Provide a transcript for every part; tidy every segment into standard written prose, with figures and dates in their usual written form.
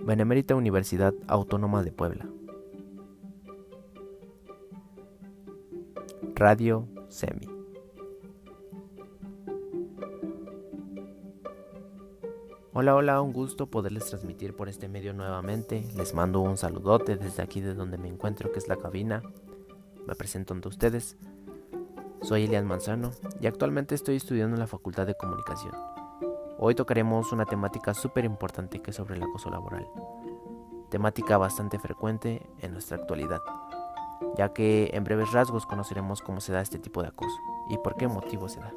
Benemérita Universidad Autónoma de Puebla. Radio Semi. Hola, un gusto poderles transmitir por este medio nuevamente. Les mando un saludote desde aquí de donde me encuentro, que es la cabina. Me presento ante ustedes. Soy Elian Manzano y actualmente estoy estudiando en la Facultad de Comunicación. Hoy tocaremos una temática súper importante que es sobre el acoso laboral. Temática bastante frecuente en nuestra actualidad, ya que en breves rasgos conoceremos cómo se da este tipo de acoso y por qué motivo se da.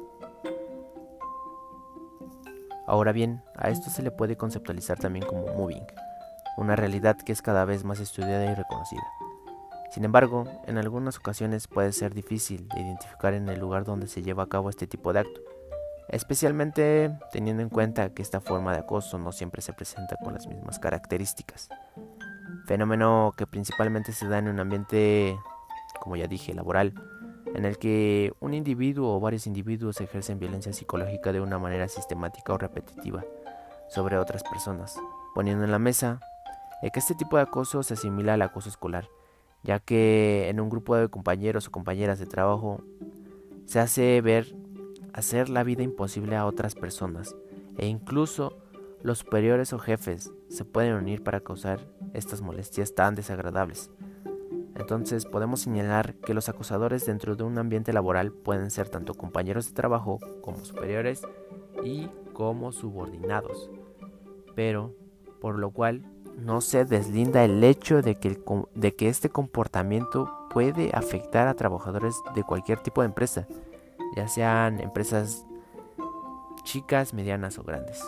Ahora bien, a esto se le puede conceptualizar también como mobbing, una realidad que es cada vez más estudiada y reconocida. Sin embargo, en algunas ocasiones puede ser difícil de identificar en el lugar donde se lleva a cabo este tipo de acto, especialmente teniendo en cuenta que esta forma de acoso no siempre se presenta con las mismas características. Fenómeno que principalmente se da en un ambiente, como ya dije, laboral, en el que un individuo o varios individuos ejercen violencia psicológica de una manera sistemática o repetitiva sobre otras personas, poniendo en la mesa que este tipo de acoso se asimila al acoso escolar, ya que en un grupo de compañeros o compañeras de trabajo se hace ver hacer la vida imposible a otras personas, e incluso los superiores o jefes se pueden unir para causar estas molestias tan desagradables. Entonces podemos señalar que los acosadores dentro de un ambiente laboral pueden ser tanto compañeros de trabajo como superiores y como subordinados, pero por lo cual no se deslinda el hecho de que este comportamiento puede afectar a trabajadores de cualquier tipo de empresa, ya sean empresas chicas, medianas o grandes.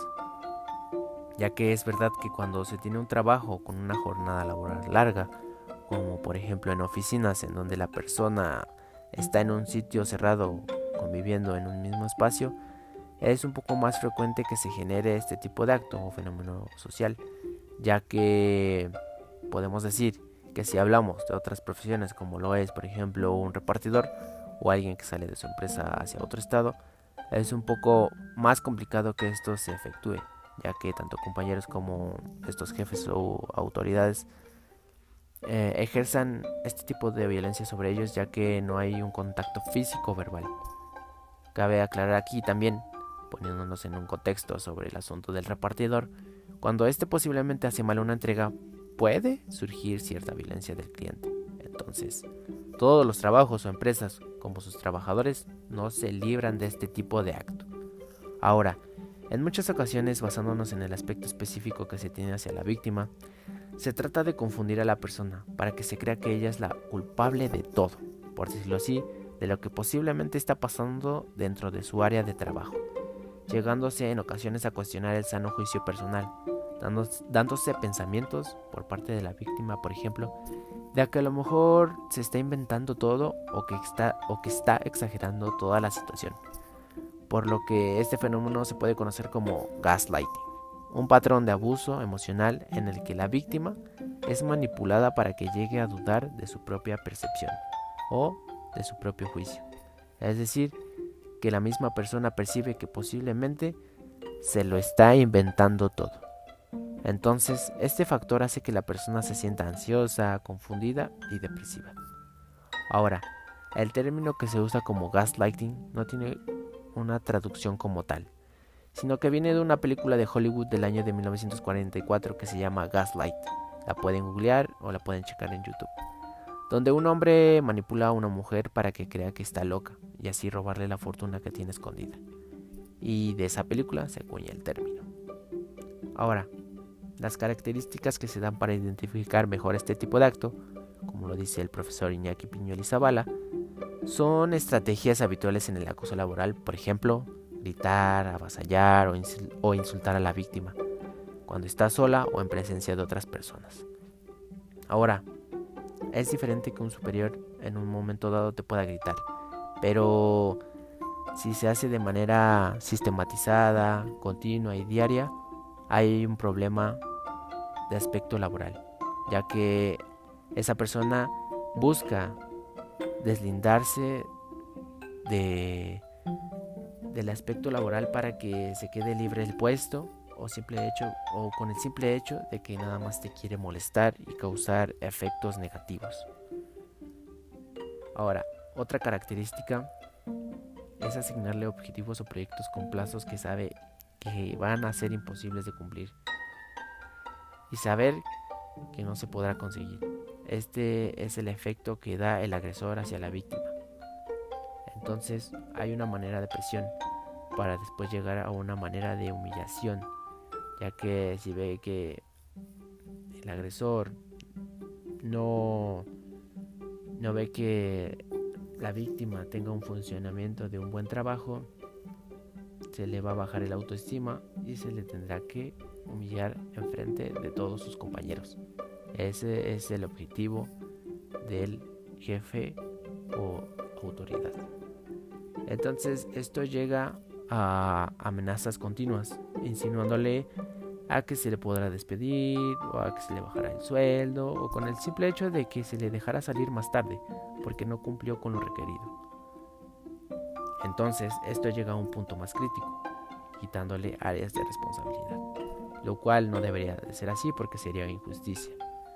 Ya que es verdad que cuando se tiene un trabajo con una jornada laboral larga, como por ejemplo en oficinas en donde la persona está en un sitio cerrado conviviendo en un mismo espacio, es un poco más frecuente que se genere este tipo de acto o fenómeno social, ya que podemos decir que si hablamos de otras profesiones como lo es por ejemplo un repartidor o alguien que sale de su empresa hacia otro estado, es un poco más complicado que esto se efectúe, ya que tanto compañeros como estos jefes o autoridades ejerzan este tipo de violencia sobre ellos, ya que no hay un contacto físico verbal. Cabe aclarar aquí también, poniéndonos en un contexto sobre el asunto del repartidor, cuando este posiblemente hace mal una entrega, puede surgir cierta violencia del cliente. Entonces, todos los trabajos o empresas, como sus trabajadores, no se libran de este tipo de acto. Ahora, en muchas ocasiones, basándonos en el aspecto específico que se tiene hacia la víctima, se trata de confundir a la persona para que se crea que ella es la culpable de todo, por decirlo así, de lo que posiblemente está pasando dentro de su área de trabajo, llegándose en ocasiones a cuestionar el sano juicio personal, dándose pensamientos por parte de la víctima, por ejemplo, de que a lo mejor se está inventando todo o que está exagerando toda la situación, por lo que este fenómeno se puede conocer como gaslighting, un patrón de abuso emocional en el que la víctima es manipulada para que llegue a dudar de su propia percepción o de su propio juicio. Es decir, que la misma persona percibe que posiblemente se lo está inventando todo. Entonces, este factor hace que la persona se sienta ansiosa, confundida y depresiva. Ahora, el término que se usa como gaslighting no tiene una traducción como tal, sino que viene de una película de Hollywood del año de 1944 que se llama Gaslight. La pueden googlear o la pueden checar en YouTube, donde un hombre manipula a una mujer para que crea que está loca y así robarle la fortuna que tiene escondida. Y de esa película se acuña el término. Ahora, las características que se dan para identificar mejor este tipo de acto, como lo dice el profesor Iñaki Piñol Izabala, son estrategias habituales en el acoso laboral, por ejemplo, gritar, avasallar o insultar a la víctima cuando está sola o en presencia de otras personas. Ahora, es diferente que un superior en un momento dado te pueda gritar, pero si se hace de manera sistematizada, continua y diaria, hay un problema de aspecto laboral, ya que esa persona busca deslindarse de, del aspecto laboral para que se quede libre el puesto o con el simple hecho de que nada más te quiere molestar y causar efectos negativos. Ahora, otra característica es asignarle objetivos o proyectos con plazos que sabe que van a ser imposibles de cumplir y saber que no se podrá conseguir. Este es el efecto que da el agresor hacia la víctima. Entonces hay una manera de presión para después llegar a una manera de humillación, ya que si ve que el agresor no ve que la víctima tenga un funcionamiento de un buen trabajo, se le va a bajar el autoestima y se le tendrá que humillar enfrente de todos sus compañeros. Ese es el objetivo del jefe o autoridad. Entonces esto llega a amenazas continuas, insinuándole a que se le podrá despedir o a que se le bajará el sueldo o con el simple hecho de que se le dejara salir más tarde porque no cumplió con lo requerido. Entonces esto llega a un punto más crítico, quitándole áreas de responsabilidad, lo cual no debería de ser así porque sería injusticia.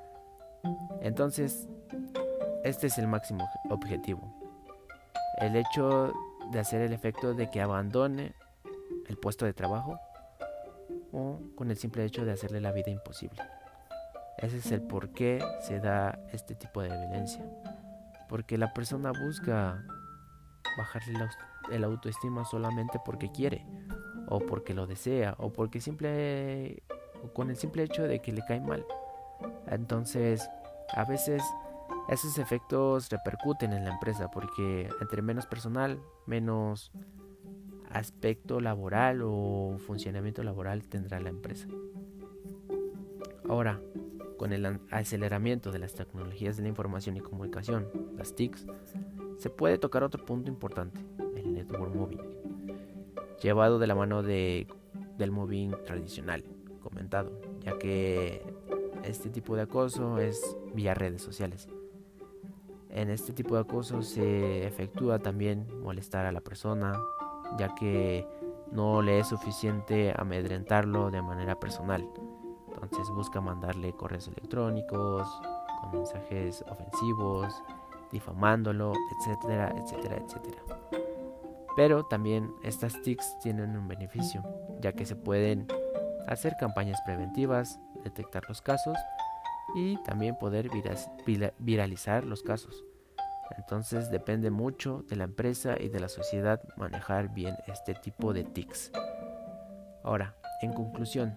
Entonces este es el máximo objetivo, el hecho de hacer el efecto de que abandone el puesto de trabajo o con el simple hecho de hacerle la vida imposible. Ese es el por qué se da este tipo de violencia, porque la persona busca bajarle el autoestima solamente porque quiere o porque lo desea o porque o con el simple hecho de que le cae mal. Entonces a veces esos efectos repercuten en la empresa porque entre menos personal, menos aspecto laboral o funcionamiento laboral tendrá la empresa. Ahora, con el aceleramiento de las tecnologías de la información y comunicación, las TICs, se puede tocar otro punto importante, el network mobbing, llevado de la mano del mobbing tradicional comentado, ya que este tipo de acoso es vía redes sociales. En este tipo de acoso se efectúa también molestar a la persona, ya que no le es suficiente amedrentarlo de manera personal. Entonces busca mandarle correos electrónicos con mensajes ofensivos, difamándolo, etcétera, etcétera, etcétera. Pero también estas TICs tienen un beneficio, ya que se pueden hacer campañas preventivas, detectar los casos y también poder viralizar los casos. Entonces depende mucho de la empresa y de la sociedad manejar bien este tipo de TICs. Ahora, en conclusión,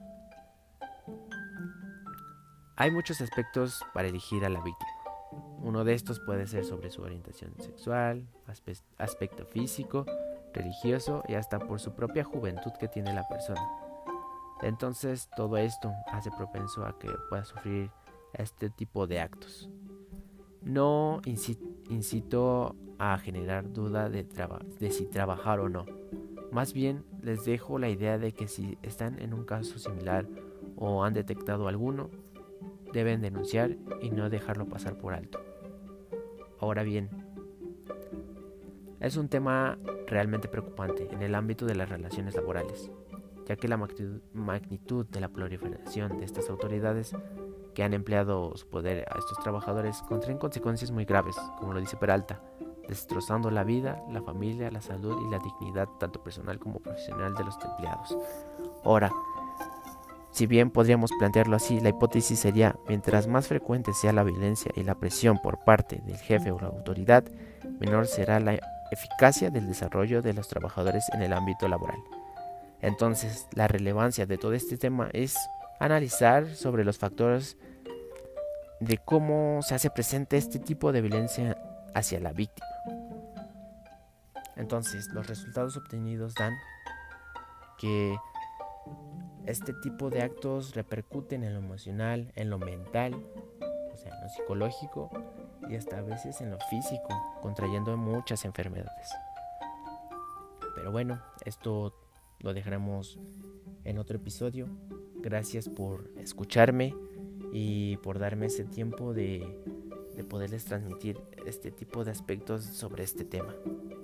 hay muchos aspectos para elegir a la víctima. Uno de estos puede ser sobre su orientación sexual, aspecto físico, religioso y hasta por su propia juventud que tiene la persona. Entonces todo esto hace propenso a que pueda sufrir este tipo de actos. No incito a generar duda de si trabajar o no. Más bien les dejo la idea de que si están en un caso similar o han detectado alguno, deben denunciar y no dejarlo pasar por alto. Ahora bien, es un tema realmente preocupante en el ámbito de las relaciones laborales, ya que la magnitud de la proliferación de estas autoridades que han empleado su poder a estos trabajadores contraen consecuencias muy graves, como lo dice Peralta, destrozando la vida, la familia, la salud y la dignidad tanto personal como profesional de los empleados. Ahora, si bien podríamos plantearlo así, la hipótesis sería, mientras más frecuente sea la violencia y la presión por parte del jefe o la autoridad, menor será la eficacia del desarrollo de los trabajadores en el ámbito laboral. Entonces, la relevancia de todo este tema es analizar sobre los factores de cómo se hace presente este tipo de violencia hacia la víctima. Entonces, los resultados obtenidos dan que este tipo de actos repercuten en lo emocional, en lo mental, o sea, en lo psicológico y hasta a veces en lo físico, contrayendo muchas enfermedades. Pero bueno, esto lo dejaremos en otro episodio. Gracias por escucharme y por darme ese tiempo de poderles transmitir este tipo de aspectos sobre este tema.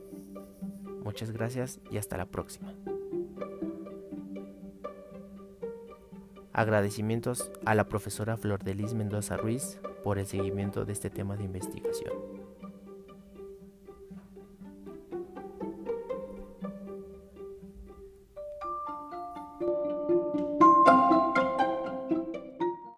Muchas gracias y hasta la próxima. Agradecimientos a la profesora Flor de Lis Mendoza Ruiz por el seguimiento de este tema de investigación.